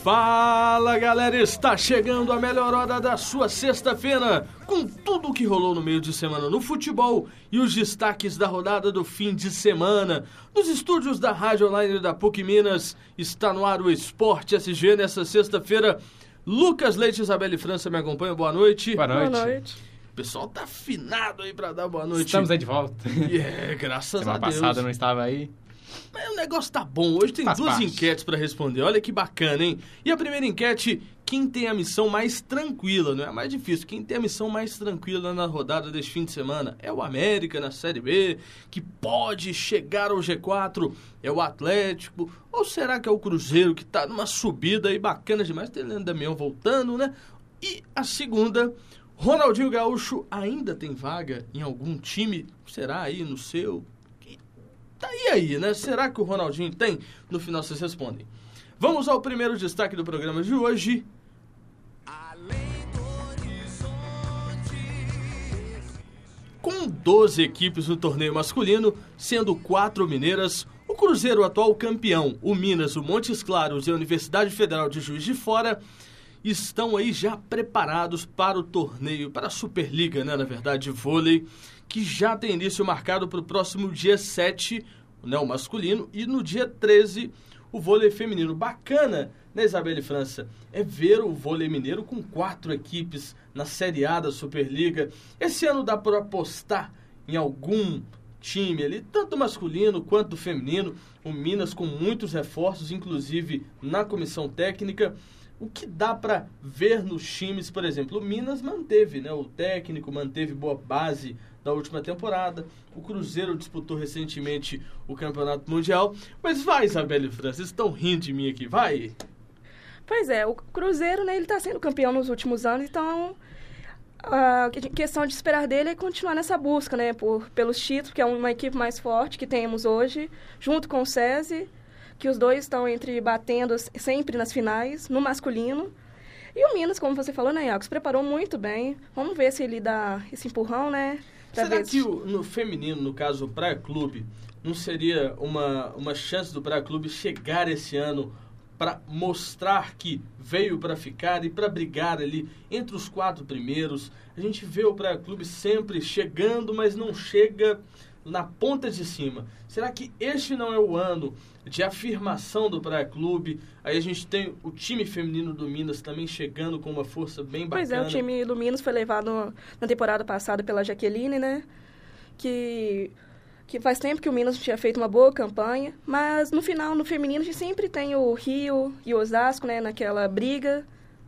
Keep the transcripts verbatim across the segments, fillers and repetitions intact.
Fala, galera, está chegando a melhor hora da sua sexta-feira, com tudo o que rolou no meio de semana no futebol e os destaques da rodada do fim de semana. Nos estúdios da Rádio Online da PUC Minas, está no ar o Esporte S G nessa sexta-feira. Lucas Leite, Isabelle França me acompanham, boa noite. Boa noite. Boa noite. O pessoal tá afinado aí pra dar boa noite. Estamos aí de volta. É, graças Semana a Deus. passada não estava aí. Mas o negócio tá bom. Hoje tem Faz duas parte. enquetes pra responder. Olha que bacana, hein? E a primeira enquete, quem tem a missão mais tranquila, não é a mais difícil, quem tem a missão mais tranquila na rodada deste fim de semana? É o América na Série B, que pode chegar ao G quatro? É o Atlético? Ou será que é o Cruzeiro, que tá numa subida aí bacana demais? Tem o Leandro Damião voltando, né? E a segunda, Ronaldinho Gaúcho ainda tem vaga em algum time? Será aí no seu? Tá aí aí, né? Será que o Ronaldinho tem? No final vocês respondem. Vamos ao primeiro destaque do programa de hoje. Com doze equipes no torneio masculino, sendo quatro mineiras, o Cruzeiro, atual campeão, o Minas, o Montes Claros e a Universidade Federal de Juiz de Fora estão aí já preparados para o torneio, para a Superliga, né, na verdade, de vôlei, que já tem início marcado para o próximo dia sete, né, o masculino, e no dia treze, o vôlei feminino. Bacana, né, Isabelle França? É ver o vôlei mineiro com quatro equipes na Série A da Superliga. Esse ano dá para apostar em algum time ali, tanto masculino quanto feminino. O Minas com muitos reforços, inclusive na comissão técnica. O que dá para ver nos times, por exemplo, o Minas manteve, né, o técnico, manteve boa base da última temporada. O Cruzeiro disputou recentemente o Campeonato Mundial. Mas vai, Isabelle França, vocês estão rindo de mim aqui, vai! Pois é, o Cruzeiro, né, ele está sendo campeão nos últimos anos, então a questão de esperar dele é continuar nessa busca, né, por, pelos títulos, que é uma equipe mais forte que temos hoje, junto com o SESI, que os dois estão entre batendo sempre nas finais, no masculino. E o Minas, como você falou, né, Iago, se preparou muito bem. Vamos ver se ele dá esse empurrão, né? Será ver que se... o, no feminino, no caso o Praia Clube, não seria uma, uma chance do Praia Clube chegar esse ano para mostrar que veio para ficar e para brigar ali entre os quatro primeiros? A gente vê o Praia Clube sempre chegando, mas não chega na ponta de cima. Será que este não é o ano de afirmação do Praia Clube? Aí a gente tem o time feminino do Minas também chegando com uma força bem bacana. Pois é, o time do Minas foi levado na temporada passada pela Jaqueline, né? Que, que faz tempo que o Minas tinha feito uma boa campanha, mas no final, no feminino, a gente sempre tem o Rio e o Osasco, né? Naquela briga.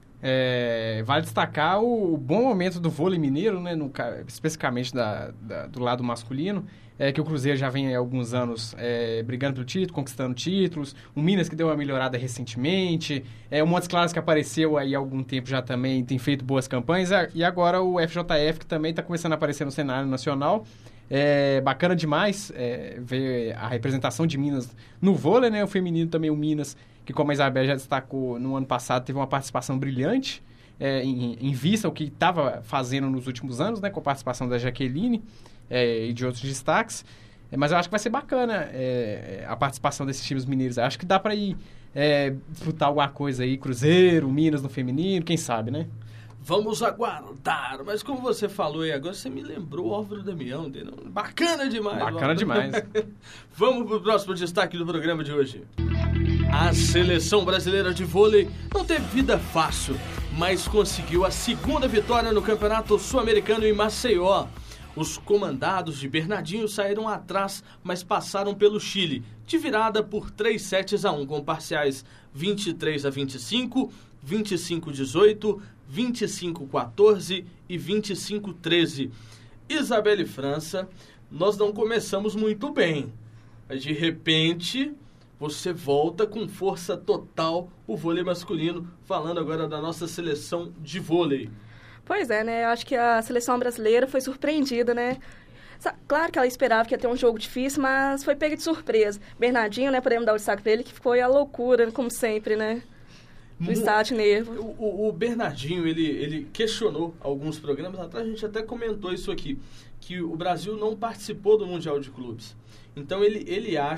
É, vale destacar o, o bom momento do vôlei mineiro, né, no, especificamente da, da, do lado masculino, é que o Cruzeiro já vem há alguns anos é, brigando pelo título, conquistando títulos, o Minas que deu uma melhorada recentemente, é, o Montes Claros que apareceu aí há algum tempo já também tem feito boas campanhas, e agora o F J F que também está começando a aparecer no cenário nacional. É bacana demais é, ver a representação de Minas no vôlei, né? O feminino também, o Minas, que como a Isabel já destacou no ano passado, teve uma participação brilhante é, em, em vista ao que estava fazendo nos últimos anos, né? Com a participação da Jaqueline é, e de outros destaques. É, mas eu acho que vai ser bacana é, a participação desses times mineiros. Eu acho que dá para ir é, disputar alguma coisa aí, Cruzeiro, Minas no feminino, quem sabe, né? Vamos aguardar. Mas como você falou aí agora, você me lembrou o Álvaro Damião. Entendeu? Bacana demais. Bacana Álvaro. demais. Vamos para o próximo destaque do programa de hoje. A seleção brasileira de vôlei não teve vida fácil, mas conseguiu a segunda vitória no Campeonato Sul-Americano em Maceió. Os comandados de Bernardinho saíram atrás, mas passaram pelo Chile, de virada por três sets a um, com parciais vinte e três a vinte e cinco, vinte e cinco a dezoito, vinte e cinco a quatorze e vinte e cinco a treze. Isabelle França, nós não começamos muito bem. Mas de repente, você volta com força total o vôlei masculino, falando agora da nossa seleção de vôlei. Pois é, né? Eu acho que a seleção brasileira foi surpreendida, né? Claro que ela esperava que ia ter um jogo difícil, mas foi pega de surpresa. Bernardinho, né? Podemos dar o destaque pra ele, que foi a loucura, como sempre, né? Do estádio Nervo. O, o Bernardinho, ele, ele questionou alguns programas atrás, a gente até comentou isso aqui, que o Brasil não participou do Mundial de Clubes. Então ele, ele acha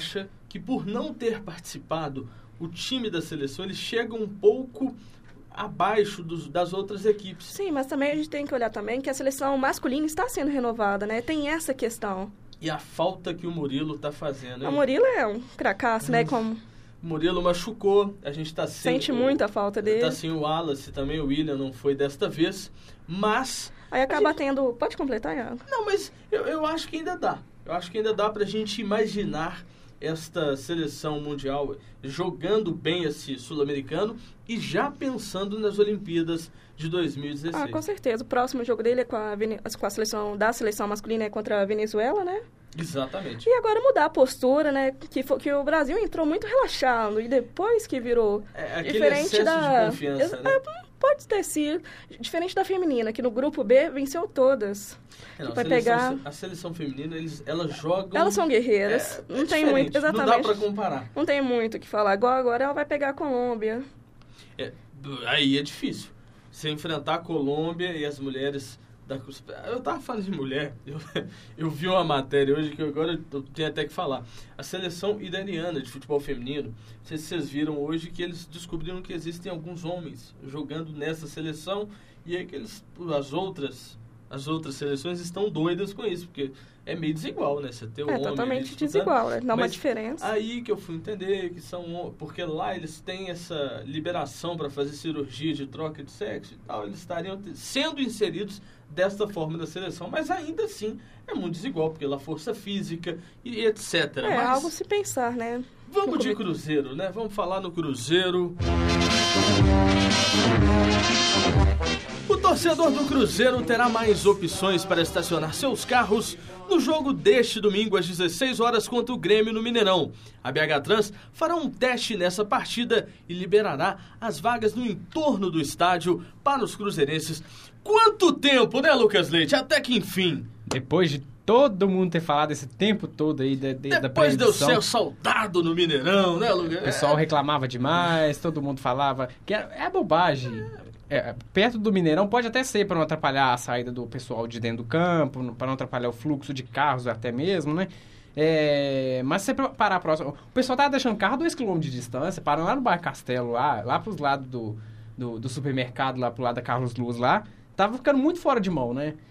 que por não ter participado, o time da seleção ele chega um pouco abaixo dos, das outras equipes. Sim, mas também a gente tem que olhar também que a seleção masculina está sendo renovada, né? Tem essa questão. E a falta que o Murilo está fazendo. O Murilo é um cracaço, hum. né? Como... O Murilo machucou, a gente está sem... Sente muito a falta dele. Está sem o Wallace também, o William não foi desta vez, mas... Aí acaba gente... tendo... Pode completar, Iago? Não, mas eu, eu acho que ainda dá. Eu acho que ainda dá para a gente imaginar esta seleção mundial jogando bem esse sul-americano e já pensando nas Olimpíadas de dois mil e dezesseis. Ah, com certeza. O próximo jogo dele é com a, Vene... com a seleção da seleção masculina é contra a Venezuela, né? Exatamente. E agora mudar a postura, né? Que, foi, que o Brasil entrou muito relaxado e depois que virou é, diferente da... de confiança, é, né? Pode ter sido. Diferente da feminina, que no grupo B venceu todas. É, não, vai a, seleção, pegar... a seleção feminina, eles, elas jogam... Elas são guerreiras. É, não é tem muito... Exatamente. Não dá pra comparar. Não tem muito o que falar. Agora, agora ela vai pegar a Colômbia. É, aí é difícil. Você enfrentar a Colômbia e as mulheres... Da... Eu tava falando de mulher, eu, eu vi uma matéria hoje que agora eu tenho até que falar. A seleção iraniana de futebol feminino, não sei se vocês viram hoje que eles descobriram que existem alguns homens jogando nessa seleção e aí que eles, as outras, as outras seleções estão doidas com isso, porque é meio desigual, né? Você ter um é homem totalmente desigual, né? Dá uma diferença. Aí que eu fui entender que são... Porque lá eles têm essa liberação para fazer cirurgia de troca de sexo e tal, eles estariam sendo inseridos desta forma da seleção, mas ainda assim é muito desigual, porque lá força física e etcétera. É mas algo a se pensar, né? Vamos de Cruzeiro, né? Vamos falar no Cruzeiro. O torcedor do Cruzeiro terá mais opções para estacionar seus carros no jogo deste domingo às dezesseis horas contra o Grêmio no Mineirão. A B H Trans fará um teste nessa partida e liberará as vagas no entorno do estádio para os cruzeirenses. Quanto tempo, né, Lucas Leite? Até que enfim. Depois de todo mundo ter falado esse tempo todo aí de, de, da Depois de eu ser soldado no Mineirão, né, Lucas? O pessoal reclamava demais, todo mundo falava que é, é bobagem. É, perto do Mineirão pode até ser para não atrapalhar a saída do pessoal de dentro do campo, para não atrapalhar o fluxo de carros até mesmo, né? É, mas se você parar próximo... O pessoal tava deixando carro a dois quilômetros de distância, parando lá no bairro Castelo, lá, lá pros lados do, do, do supermercado, lá pro lado da Carlos Luz, lá. Tava ficando muito fora de mão, né?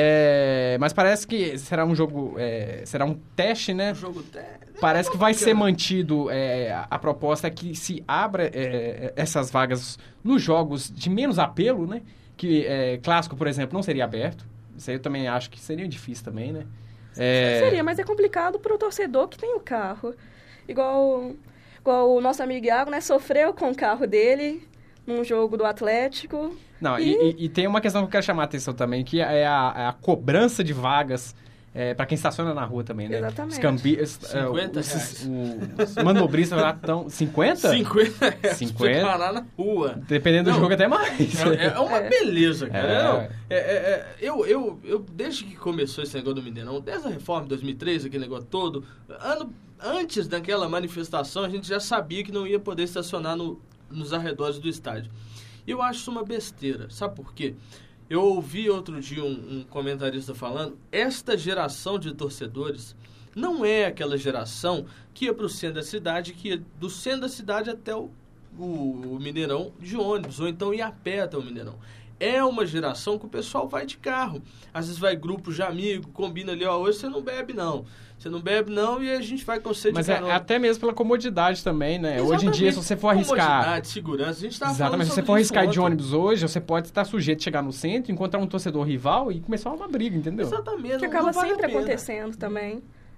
É, mas parece que será um jogo... É, será um teste, né? Um jogo teste. Parece que vai ser mantido... É, a, a proposta é que se abra é, essas vagas nos jogos de menos apelo, né? Que é, clássico, por exemplo, não seria aberto. Isso aí eu também acho que seria difícil também, né? É... Seria, mas é complicado para o torcedor que tem o carro. Igual, igual o nosso amigo Iago, né? Sofreu com o carro dele num jogo do Atlético. Não, e... E, e tem uma questão que eu quero chamar a atenção também, que é a, é a cobrança de vagas é, para quem estaciona na rua também, né? Exatamente. Os cambi... cinquenta reais. Os manobristas lá estão... cinquenta? cinquenta reais. cinquenta? Pra parar na rua. Dependendo Não, do jogo até mais. É, é uma é. beleza, cara. É. Não, é, é, é, eu, eu, eu, desde que começou esse negócio do Mineirão, desde a reforma de dois mil e três, aquele negócio todo, ano, antes daquela manifestação, a gente já sabia que não ia poder estacionar no, nos arredores do estádio. E eu acho isso uma besteira. Sabe por quê? Eu ouvi outro dia um, um comentarista falando, esta geração de torcedores não é aquela geração que ia para o centro da cidade, que ia do centro da cidade até o, o, o Mineirão de ônibus, ou então ia a pé até o Mineirão. É uma geração que o pessoal vai de carro. Às vezes vai grupos de amigos, combina ali, ó, hoje você não bebe não. Você não bebe não e a gente vai com você de Mas é, até mesmo pela comodidade também, né? Exatamente. Hoje em dia, se você for arriscar... Comodidade, segurança, a gente tava Exatamente, se você for arriscar de ônibus hoje, você pode estar sujeito a chegar no centro, encontrar um torcedor rival e começar uma briga, entendeu? Exatamente. Que não, acaba não vale sempre a pena. acontecendo também.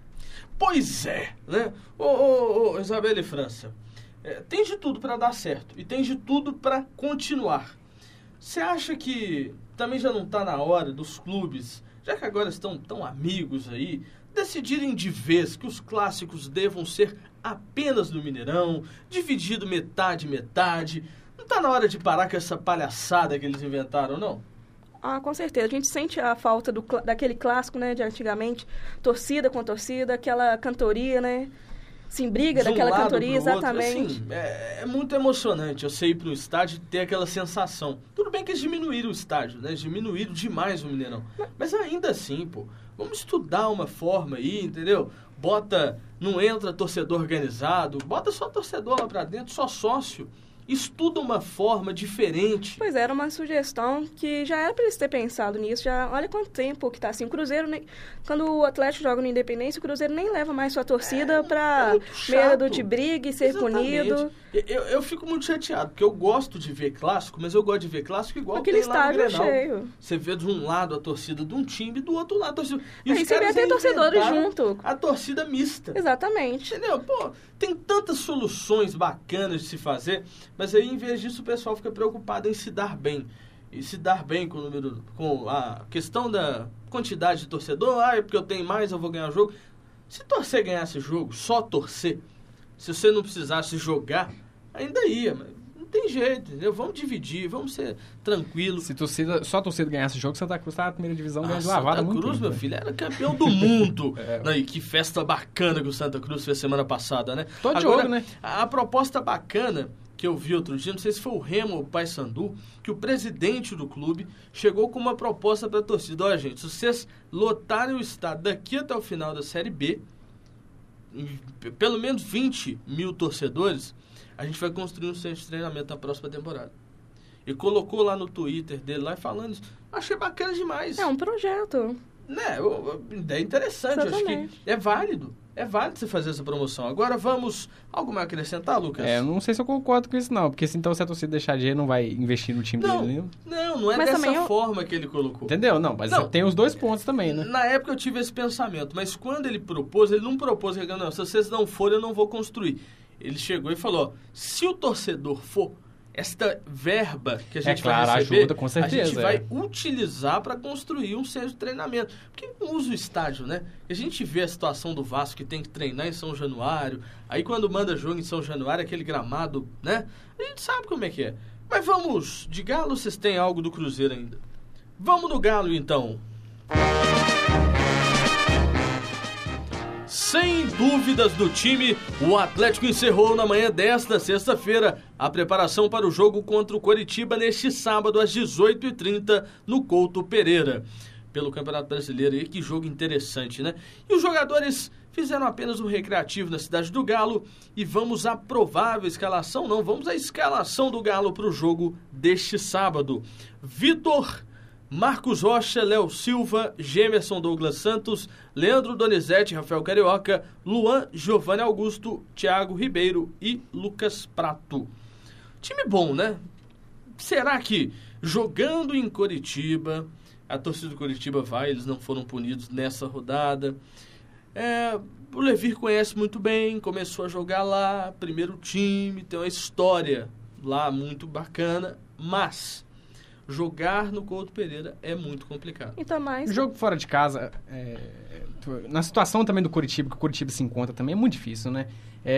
Pois é, né? Ô, ô, ô Isabela e França, é, tem de tudo para dar certo e tem de tudo para continuar. Você acha que também já não está na hora dos clubes, já que agora estão tão amigos aí, decidirem de vez que os clássicos devam ser apenas no Mineirão, dividido metade, metade? Não está na hora de parar com essa palhaçada que eles inventaram, não? Ah, com certeza. A gente sente a falta do, daquele clássico, né, de antigamente, torcida com torcida, aquela cantoria, né? Sim, briga De um daquela lado cantoria, pro outro. exatamente. Assim, é, é muito emocionante você ir para o estádio e ter aquela sensação. Tudo bem que eles diminuíram o estádio, né? Eles diminuíram demais o Mineirão. Mas ainda assim, pô, vamos estudar uma forma aí, entendeu? Bota, não entra torcedor organizado, bota só torcedor lá pra dentro, só sócio. Estuda uma forma diferente. Pois é, era uma sugestão que já era para eles ter pensado nisso. Já, olha quanto tempo que tá assim. O Cruzeiro, nem, quando o Atlético joga no Independência, o Cruzeiro nem leva mais sua torcida é, para é medo de briga e ser Exatamente. punido. Eu, eu fico muito chateado, porque eu gosto de ver clássico, mas eu gosto de ver clássico igual Aquele tem lá no estádio Grenal. cheio. Você vê de um lado a torcida de um time e do outro lado a torcida. E Aí os você vê caras até torcedores inventaram junto. A torcida mista. Exatamente. Entendeu? Pô, tem tantas soluções bacanas de se fazer, mas aí, em vez disso, o pessoal fica preocupado em se dar bem. E se dar bem com o número, com a questão da quantidade de torcedor. Ah, é porque eu tenho mais, eu vou ganhar o jogo. Se torcer ganhasse jogo, só torcer, se você não precisasse jogar, ainda ia, mas não tem jeito, entendeu? Vamos dividir, vamos ser tranquilos. Se torcida, só a torcida ganhasse o jogo, Santa Cruz estava na primeira divisão Ah, ganhando de lavada Santa muito Cruz, tempo, meu né? filho, era campeão do mundo. É. Não, e que festa bacana que o Santa Cruz fez semana passada, né? Tô de Agora, olho, né? A, a proposta bacana que eu vi outro dia, não sei se foi o Remo ou o Paysandu, que o presidente do clube chegou com uma proposta para a torcida. Olha, gente, se vocês lotarem o estádio daqui até o final da Série B, pelo menos vinte mil torcedores, a gente vai construir um centro de treinamento na próxima temporada. E colocou lá no Twitter dele, lá falando isso. Achei bacana demais. É um projeto. Né, ideia interessante. Eu acho que é válido. É válido você fazer essa promoção. Agora vamos... Algo mais a acrescentar, Lucas? É, eu não sei se eu concordo com isso, não. Porque se então se a torcida deixar dinheiro, não vai investir no time Não, dele. não, não é Mas dessa também eu- forma que ele colocou. Entendeu? Não, mas Não. tem os dois pontos também, né? Na época eu tive esse pensamento, mas quando ele propôs, ele não propôs, ele falou, não, se vocês não forem, eu não vou construir. Ele chegou e falou, ó, se o torcedor for, esta verba que a gente É claro, vai receber, ajuda, com certeza, a gente é. vai utilizar para construir um centro de treinamento. Porque não usa o estádio, né? A gente vê a situação do Vasco que tem que treinar em São Januário, aí quando manda jogo em São Januário, aquele gramado, né? A gente sabe como é que é. Mas vamos, de Galo vocês têm algo do Cruzeiro ainda. Vamos no Galo, então. Sem dúvidas do time, o Atlético encerrou na manhã desta sexta-feira a preparação para o jogo contra o Coritiba neste sábado às dezoito e trinta no Couto Pereira. Pelo Campeonato Brasileiro, e que jogo interessante, né? E os jogadores fizeram apenas um recreativo na cidade do Galo e vamos à provável escalação, não, vamos à escalação do Galo para o jogo deste sábado. Vitor... Marcos Rocha, Léo Silva, Gemerson Douglas Santos, Leandro Donizete, Rafael Carioca, Luan, Giovanni Augusto, Thiago Ribeiro e Lucas Prato. Time bom, né? Será que jogando em Coritiba, a torcida do Coritiba vai, eles não foram punidos nessa rodada. É, o Levir conhece muito bem, começou a jogar lá, primeiro time, tem uma história lá muito bacana, mas... jogar no Couto Pereira é muito complicado. Então, mais... O jogo fora de casa, é, na situação também do Coritiba, que o Coritiba se encontra também, é muito difícil, né?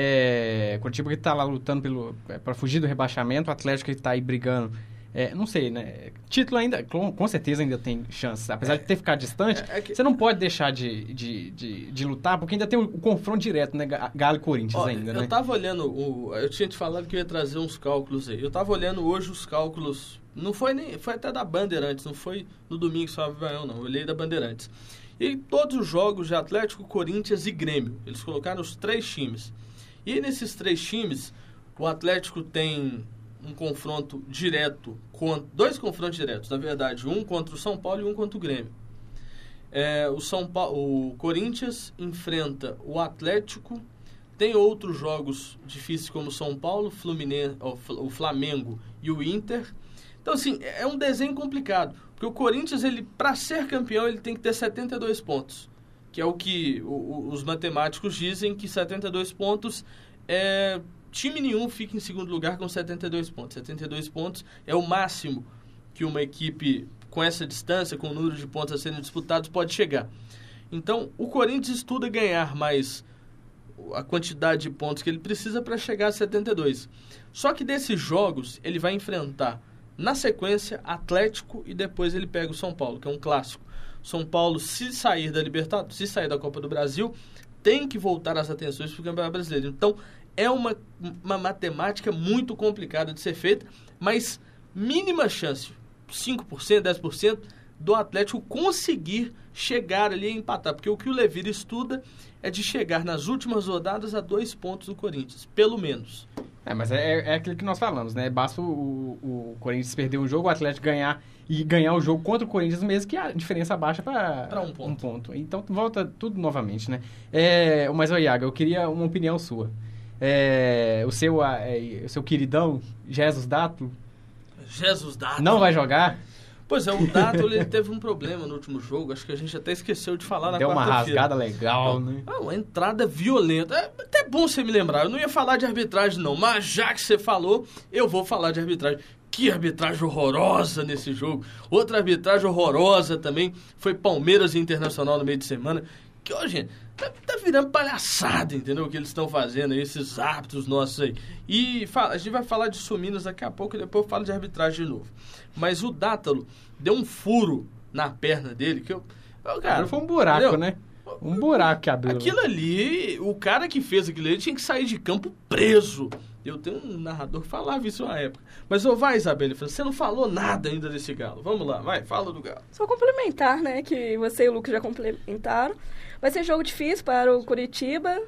É, Coritiba que está lá lutando pelo, é, para fugir do rebaixamento, o Atlético que está aí brigando, é, não sei, né? Título ainda, com, com certeza ainda tem chance, apesar é, de ter ficado distante, é, é que... você não pode deixar de, de, de, de lutar, porque ainda tem o, o confronto direto, né? Galo e Corinthians Ó, ainda, eu né? tava olhando, o, eu tinha te falado que eu ia trazer uns cálculos aí, eu tava olhando hoje os cálculos, não foi nem, foi até da Bandeirantes, não foi no domingo só Baião, não, eu olhei da Bandeirantes. E todos os jogos de Atlético, Corinthians e Grêmio, eles colocaram os três times. E nesses três times, o Atlético tem um confronto direto, com, dois confrontos diretos, na verdade, um contra o São Paulo e um contra o Grêmio. É, o, São Paulo, o Corinthians enfrenta o Atlético, tem outros jogos difíceis como o São Paulo, Fluminense, o Flamengo e o Inter. Então, assim, é um desenho complicado, porque o Corinthians, ele, para ser campeão, ele tem que ter setenta e dois pontos, que é o que o, o, os matemáticos dizem que setenta e dois pontos é... time nenhum fica em segundo lugar com setenta e dois pontos. setenta e dois pontos é o máximo que uma equipe com essa distância, com o número de pontos a serem disputados, pode chegar. Então, o Corinthians estuda ganhar mais a quantidade de pontos que ele precisa para chegar a setenta e dois. Só que desses jogos, ele vai enfrentar, na sequência, Atlético e depois ele pega o São Paulo, que é um clássico. São Paulo, se sair da Libertadores, se sair da Copa do Brasil, tem que voltar as atenções para o Campeonato Brasileiro. Então, é uma, uma matemática muito complicada de ser feita, mas mínima chance, cinco por cento, dez por cento, do Atlético conseguir chegar ali e empatar, porque o que o Levir estuda é de chegar nas últimas rodadas a dois pontos do Corinthians, pelo menos. É, mas é, é aquilo que nós falamos, né? Basta o, o Corinthians perder um jogo, o Atlético ganhar e ganhar o jogo contra o Corinthians mesmo, que a diferença baixa para um ponto. um ponto. Então volta tudo novamente, né? É, mas, ô Iago, eu queria uma opinião sua. É, o, seu, é, o seu queridão, Jesus Dátulo, Jesus Dátulo. não vai jogar? Pois é, o Dátulo ele teve um problema no último jogo, acho que a gente até esqueceu de falar na Deu uma quarta-feira. rasgada legal, né? Ah, uma entrada violenta. É até bom você me lembrar, eu não ia falar de arbitragem não, mas já que você falou, eu vou falar de arbitragem. Que arbitragem horrorosa nesse jogo. Outra arbitragem horrorosa também foi Palmeiras e Internacional no meio de semana. Que, ó, gente, tá, tá virando palhaçada, entendeu? O que eles estão fazendo aí, esses árbitros nossos aí. E fala, a gente vai falar de Suminas daqui a pouco e depois eu falo de arbitragem de novo. Mas o Dátulo deu um furo na perna dele que eu... eu cara, foi um buraco, entendeu? Né? Um buraco que abriu. Aquilo ali, o cara que fez aquilo ali tinha que sair de campo preso. Eu tenho um narrador que falava isso na época. Mas, ô, vai, Isabelle, você não falou nada ainda desse Galo. Vamos lá, vai, fala do Galo. Só complementar, né, que você e o Lucas já complementaram. Vai ser jogo difícil para o Curitiba.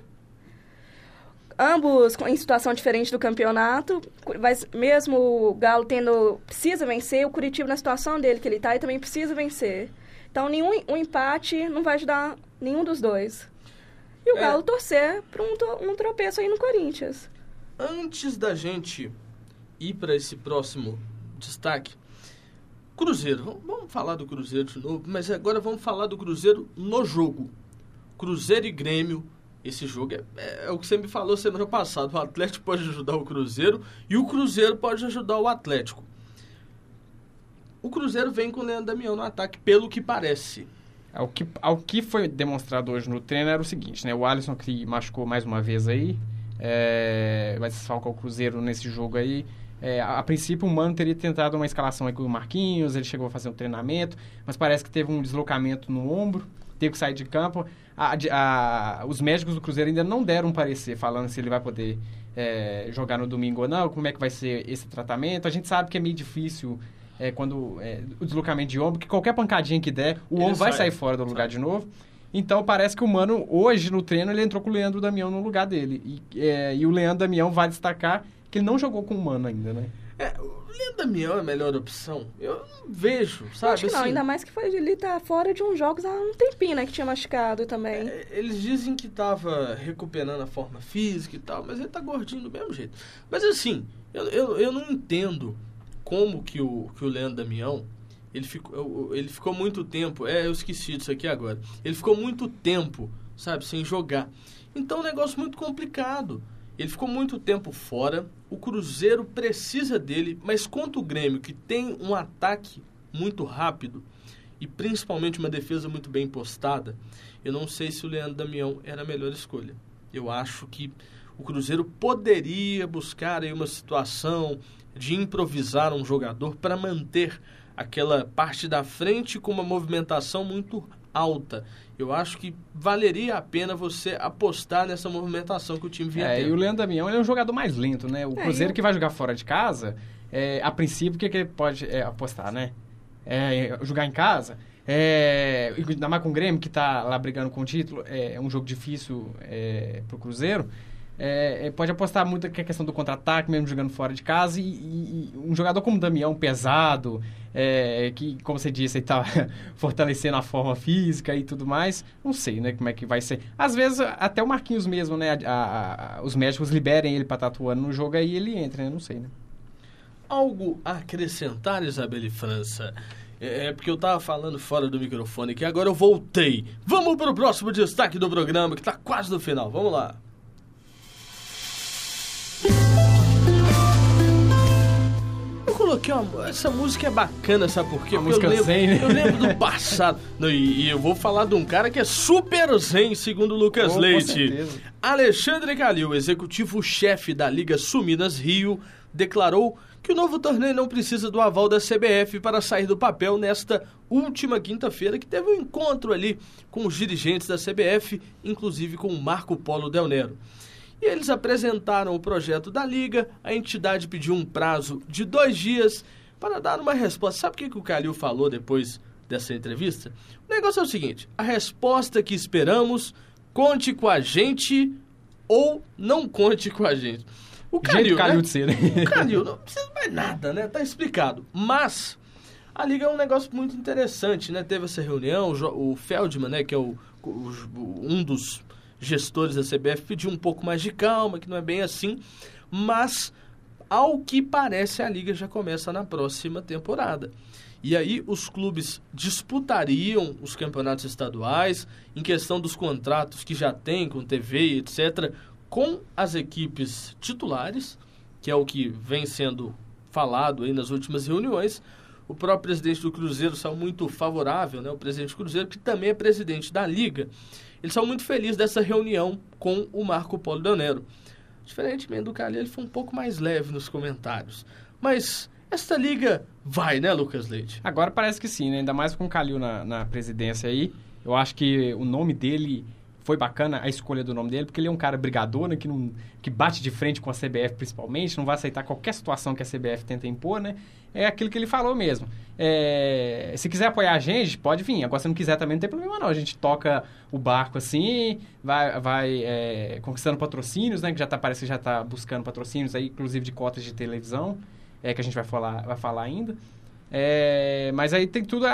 Ambos em situação diferente do campeonato. Vai, mesmo o Galo tendo, precisa vencer, o Curitiba na situação dele que ele está, ele também precisa vencer. Então, nenhum um empate não vai ajudar nenhum dos dois. E o é. Galo torcer para um, um tropeço aí no Corinthians. Antes da gente ir para esse próximo destaque, Cruzeiro. Vamos falar do Cruzeiro de novo, mas agora vamos falar do Cruzeiro no jogo. Cruzeiro e Grêmio. Esse jogo é, é, é o que você me falou semana passada. O Atlético pode ajudar o Cruzeiro e o Cruzeiro pode ajudar o Atlético. O Cruzeiro vem com o Leandro Damião no ataque, pelo que parece. Ao que, ao que foi demonstrado hoje no treino era o seguinte, né? O Alisson que machucou mais uma vez aí, é, vai se desfalcar o Cruzeiro nesse jogo aí. É, a, a princípio o Mano teria tentado uma escalação aí com o Marquinhos, ele chegou a fazer um treinamento, mas parece que teve um deslocamento no ombro, teve que sair de campo. A, a, os médicos do Cruzeiro ainda não deram um parecer falando se ele vai poder é, jogar no domingo ou não, como é que vai ser esse tratamento. A gente sabe que é meio difícil é, quando é, o deslocamento de ombro, que qualquer pancadinha que der, o ele ombro sai. vai sair fora do lugar sai. de novo. Então parece que o Mano, hoje no treino, ele entrou com o Leandro Damião no lugar dele. E, é, e o Leandro Damião vai destacar que ele não jogou com o Mano ainda, né? É, o Leandro Damião é a melhor opção. Eu não vejo, sabe? Acho que não, assim, ainda mais que foi, ele tá fora de uns jogos há um tempinho, né? Que tinha machucado também. É, eles dizem que tava recuperando a forma física e tal, mas ele tá gordinho do mesmo jeito. Mas assim, eu, eu, eu não entendo como que o, que o Leandro Damião, ele ficou, ele ficou muito tempo, é, eu esqueci disso aqui agora, ele ficou muito tempo, sabe, sem jogar. Então é um negócio muito complicado. Ele ficou muito tempo fora, o Cruzeiro precisa dele, mas contra o Grêmio, que tem um ataque muito rápido e principalmente uma defesa muito bem postada, eu não sei se o Leandro Damião era a melhor escolha. Eu acho que o Cruzeiro poderia buscar aí uma situação de improvisar um jogador para manter aquela parte da frente com uma movimentação muito alta. Eu acho que valeria a pena você apostar nessa movimentação que o time vinha é, tendo. E o Leandro Damião ele é um jogador mais lento, né? O é, Cruzeiro eu... que vai jogar fora de casa, é, a princípio, o que, que ele pode é, apostar, né? É, jogar em casa, é, ainda mais com o Grêmio, que está lá brigando com o título, é um jogo difícil é, para o Cruzeiro. É, pode apostar muito na questão do contra-ataque, mesmo jogando fora de casa, e, e, e um jogador como o Damião, pesado, é, que, como você disse, está fortalecendo a forma física e tudo mais, não sei, né, como é que vai ser. Às vezes, até o Marquinhos mesmo, né, a, a, a, os médicos liberem ele para estar atuando no jogo, aí ele entra, né, não sei, né. Algo a acrescentar, Isabelle França? É porque eu tava falando fora do microfone aqui, agora eu voltei. Vamos pro próximo destaque do programa, que tá quase no final, vamos lá. Coloquei uma, essa música é bacana, sabe por quê? A música eu lembro, zen, né? eu lembro do passado. Não, e, e eu vou falar de um cara que é super zen, segundo o Lucas oh, Leite. Alexandre Calil, executivo-chefe da Liga Suminas Rio, declarou que o novo torneio não precisa do aval da C B F para sair do papel nesta última quinta-feira, que teve um encontro ali com os dirigentes da C B F, inclusive com o Marco Polo Del Nero. E eles apresentaram o projeto da Liga, a entidade pediu um prazo de dois dias para dar uma resposta. Sabe o que, que o Calil falou depois dessa entrevista. O negócio é o seguinte, a resposta que esperamos, conte com a gente ou não conte com a gente. O Calil, Calil né? de ser, né? O Calil, não precisa mais nada, né? Tá explicado. Mas a Liga é um negócio muito interessante, né? Teve essa reunião, o Feldman, né, que é o, o, um dos gestores da C B F, pediu um pouco mais de calma, que não é bem assim, mas ao que parece a Liga já começa na próxima temporada. E aí os clubes disputariam os campeonatos estaduais, em questão dos contratos que já tem com T V e etcétera, com as equipes titulares, que é o que vem sendo falado aí nas últimas reuniões. O próprio presidente do Cruzeiro saiu muito favorável, né? O presidente do Cruzeiro, que também é presidente da Liga, ele saiu muito feliz dessa reunião com o Marco Polo Del Nero. Diferentemente do Calil, ele foi um pouco mais leve nos comentários. Mas esta Liga vai, né, Lucas Leite? Agora parece que sim, né? Ainda mais com o Calil na, na presidência aí. Eu acho que o nome dele foi bacana, a escolha do nome dele, porque ele é um cara brigador, né? Que, não, que bate de frente com a C B F principalmente, não vai aceitar qualquer situação que a C B F tenta impor, né? É aquilo que ele falou mesmo. É, se quiser apoiar a gente, pode vir. Agora, se não quiser também, não tem problema não. A gente toca o barco assim, vai, vai é, conquistando patrocínios, né? Que já tá, parece que já está buscando patrocínios, aí, inclusive de cotas de televisão, é, que a gente vai falar, vai falar ainda. É, mas aí tem tudo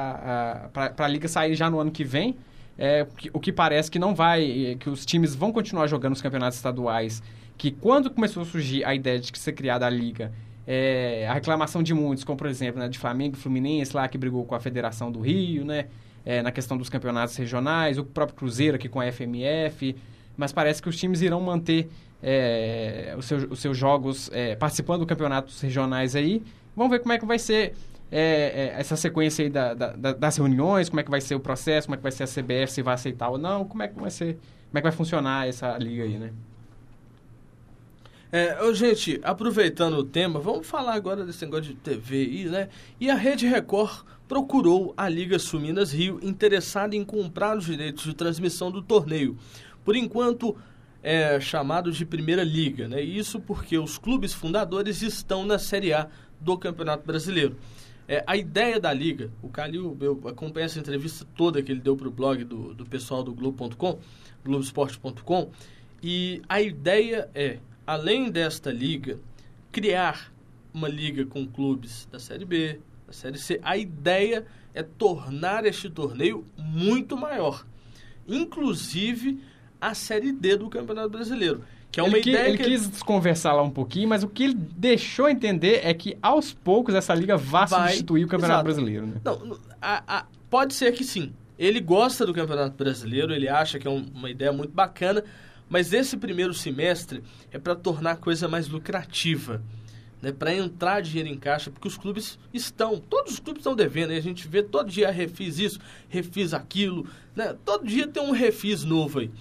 para a Liga sair já no ano que vem. É, o que parece que não vai, que os times vão continuar jogando os campeonatos estaduais, que quando começou a surgir a ideia de ser criada a Liga, é, a reclamação de muitos, como por exemplo, né, de Flamengo e Fluminense, lá que brigou com a Federação do Rio, né, é, na questão dos campeonatos regionais, o próprio Cruzeiro aqui com a F M F, mas parece que os times irão manter é, os, seus, os seus jogos é, participando dos campeonatos regionais aí. Vamos ver como é que vai ser É, é, essa sequência aí da, da, das reuniões, como é que vai ser o processo, como é que vai ser a C B F, se vai aceitar ou não, como é que vai ser, como é que vai funcionar essa liga aí, né? É, ô, gente, aproveitando o tema, vamos falar agora desse negócio de T V aí, né? E a Rede Record procurou a Liga Sul-Minas Rio interessada em comprar os direitos de transmissão do torneio. Por enquanto, é chamado de Primeira Liga, né? Isso porque os clubes fundadores estão na Série A do Campeonato Brasileiro. É, a ideia da Liga, o Calil, eu acompanho essa entrevista toda que ele deu para o blog do, do pessoal do Globo ponto com, Globoesporte ponto com, e a ideia é, além desta Liga, criar uma Liga com clubes da Série B, da Série C. A ideia é tornar este torneio muito maior, inclusive a Série D do Campeonato Brasileiro. Que é uma ele, ideia ele que quis conversar lá um pouquinho, mas o que ele deixou entender é que, aos poucos, essa liga vai, vai substituir o Campeonato exato. Brasileiro. Né? Não, a, a, pode ser que sim. Ele gosta do Campeonato Brasileiro, ele acha que é um, uma ideia muito bacana, mas esse primeiro semestre é para tornar a coisa mais lucrativa, né? Para entrar dinheiro em caixa, porque os clubes estão, todos os clubes estão devendo, e a gente vê todo dia refis isso, refis aquilo, né? Todo dia tem um refis novo aí.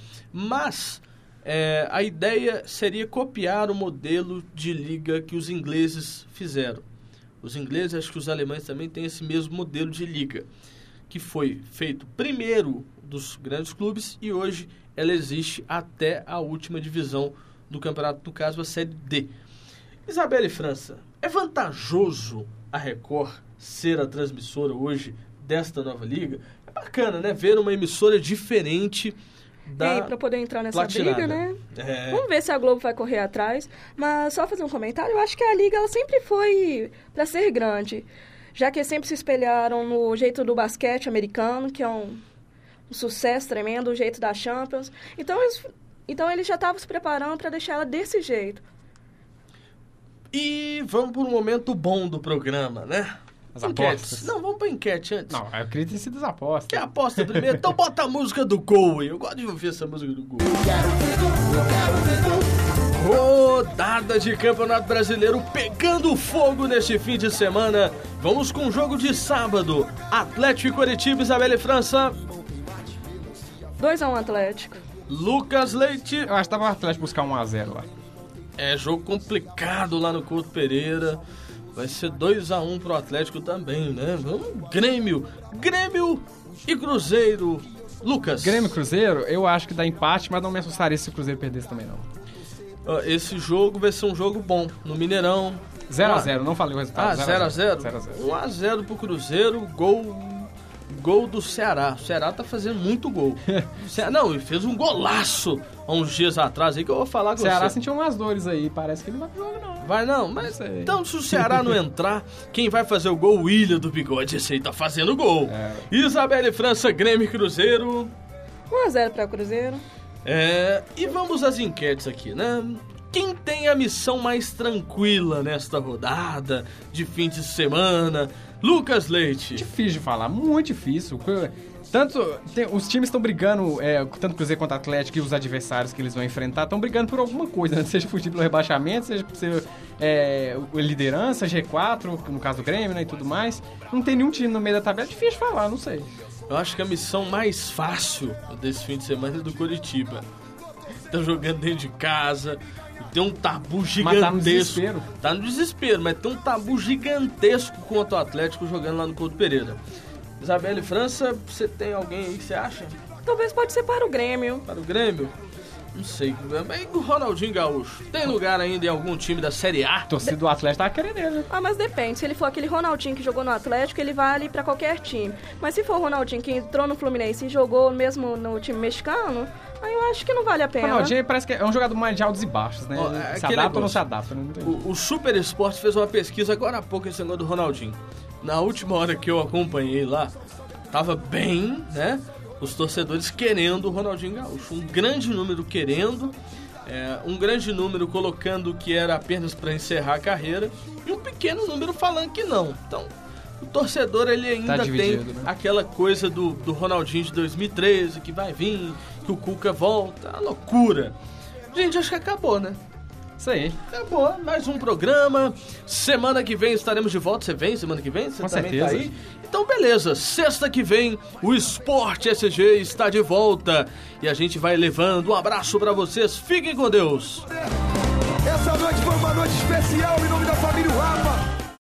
Mas É, a ideia seria copiar o modelo de liga que os ingleses fizeram. Os ingleses, acho que os alemães também têm esse mesmo modelo de liga, que foi feito primeiro dos grandes clubes e hoje ela existe até a última divisão do campeonato, no caso a Série D. Isabelle França, é vantajoso a Record ser a transmissora hoje desta nova liga? É bacana, né? Ver uma emissora diferente da para poder entrar nessa platinada. briga, né? É. Vamos ver se a Globo vai correr atrás. Mas só fazer um comentário, eu acho que a Liga ela sempre foi para ser grande, já que sempre se espelharam no jeito do basquete americano, que é um, um sucesso tremendo, o jeito da Champions. Então eles, então eles já estavam se preparando para deixar ela desse jeito. E vamos para um momento bom do programa, né? As Enquetes. apostas. Não, vamos para enquete antes. Não, eu queria ter sido as apostas. Quer aposta primeiro? Então bota a música do gol aí. Eu gosto de ouvir essa música do gol. Rodada de Campeonato Brasileiro pegando fogo neste fim de semana. Vamos com o jogo de sábado. Atlético e Coritiba, Isabelle França. dois a um Atlético. Lucas Leite. Eu acho que tava o Atlético buscar um a zero lá. É jogo complicado lá no Couto Pereira. Vai ser dois a um pro Atlético também, né? Vamos, Grêmio. Grêmio e Cruzeiro. Lucas. Grêmio e Cruzeiro, eu acho que dá empate, mas não me assustaria se o Cruzeiro perdesse também, não. Esse jogo vai ser um jogo bom. No Mineirão. zero a zero, não falei o resultado. Ah, zero a zero? zero a zero. um a zero pro Cruzeiro. Gol gol do Ceará. O Ceará tá fazendo muito gol. Ceará, não, ele fez um golaço há uns dias atrás aí que eu vou falar com você. O Ceará você. sentiu umas dores aí, parece que ele não vai pro jogo não. Vai não, mas então se o Ceará não entrar, quem vai fazer o gol? O William do Bigode, esse aí tá fazendo gol. É. Isabelle França, Grêmio e Cruzeiro. um a zero para o Cruzeiro. É, e vamos às enquetes aqui, né? Quem tem a missão mais tranquila nesta rodada de fim de semana? Lucas Leite. Difícil de falar, muito difícil. Tanto, tem, os times estão brigando, é, tanto o Cruzeiro quanto o Atlético e os adversários que eles vão enfrentar estão brigando por alguma coisa, né? Seja fugir pelo rebaixamento, seja por ser é, liderança, G quatro, no caso do Grêmio, né, e tudo mais. Não tem nenhum time no meio da tabela, é difícil de falar, não sei. Eu acho que a missão mais fácil desse fim de semana é do Coritiba. Tá jogando dentro de casa, tem um tabu gigantesco. Mas tá no desespero. Tá no desespero, mas tem um tabu gigantesco contra o Atlético jogando lá no Couto Pereira. Isabelle França, você tem alguém aí que você acha? Talvez pode ser para o Grêmio. Para o Grêmio? Não sei. Mas o Ronaldinho Gaúcho, tem lugar ainda em algum time da Série A? A torcida do Atlético tá querendo ele. Ah, mas depende. Se ele for aquele Ronaldinho que jogou no Atlético, ele vale para qualquer time. Mas se for o Ronaldinho que entrou no Fluminense e jogou mesmo no time mexicano, aí eu acho que não vale a pena. O Ronaldinho parece que é um jogador mais de altos e baixos, né? Oh, é se adapta ou não se adapta, né? O, o Super Esporte fez uma pesquisa agora há pouco esse negócio do Ronaldinho. Na última hora que eu acompanhei lá, tava bem, né? Os torcedores querendo o Ronaldinho Gaúcho. Um grande número querendo, é, um grande número colocando que era apenas para encerrar a carreira e um pequeno número falando que não. Então, o torcedor ele ainda tá tem né? aquela coisa do, do Ronaldinho de dois mil e treze, que vai vir, que o Cuca volta, a loucura. Gente, acho que acabou, né? Isso aí. Acabou, mais um programa. Semana que vem estaremos de volta. Você vem semana que vem? Você Com também certeza. Tá aí? Então, beleza. Sexta que vem, o Esporte S G está de volta. E a gente vai levando um abraço pra vocês. Fiquem com Deus. Essa noite foi uma noite especial em nome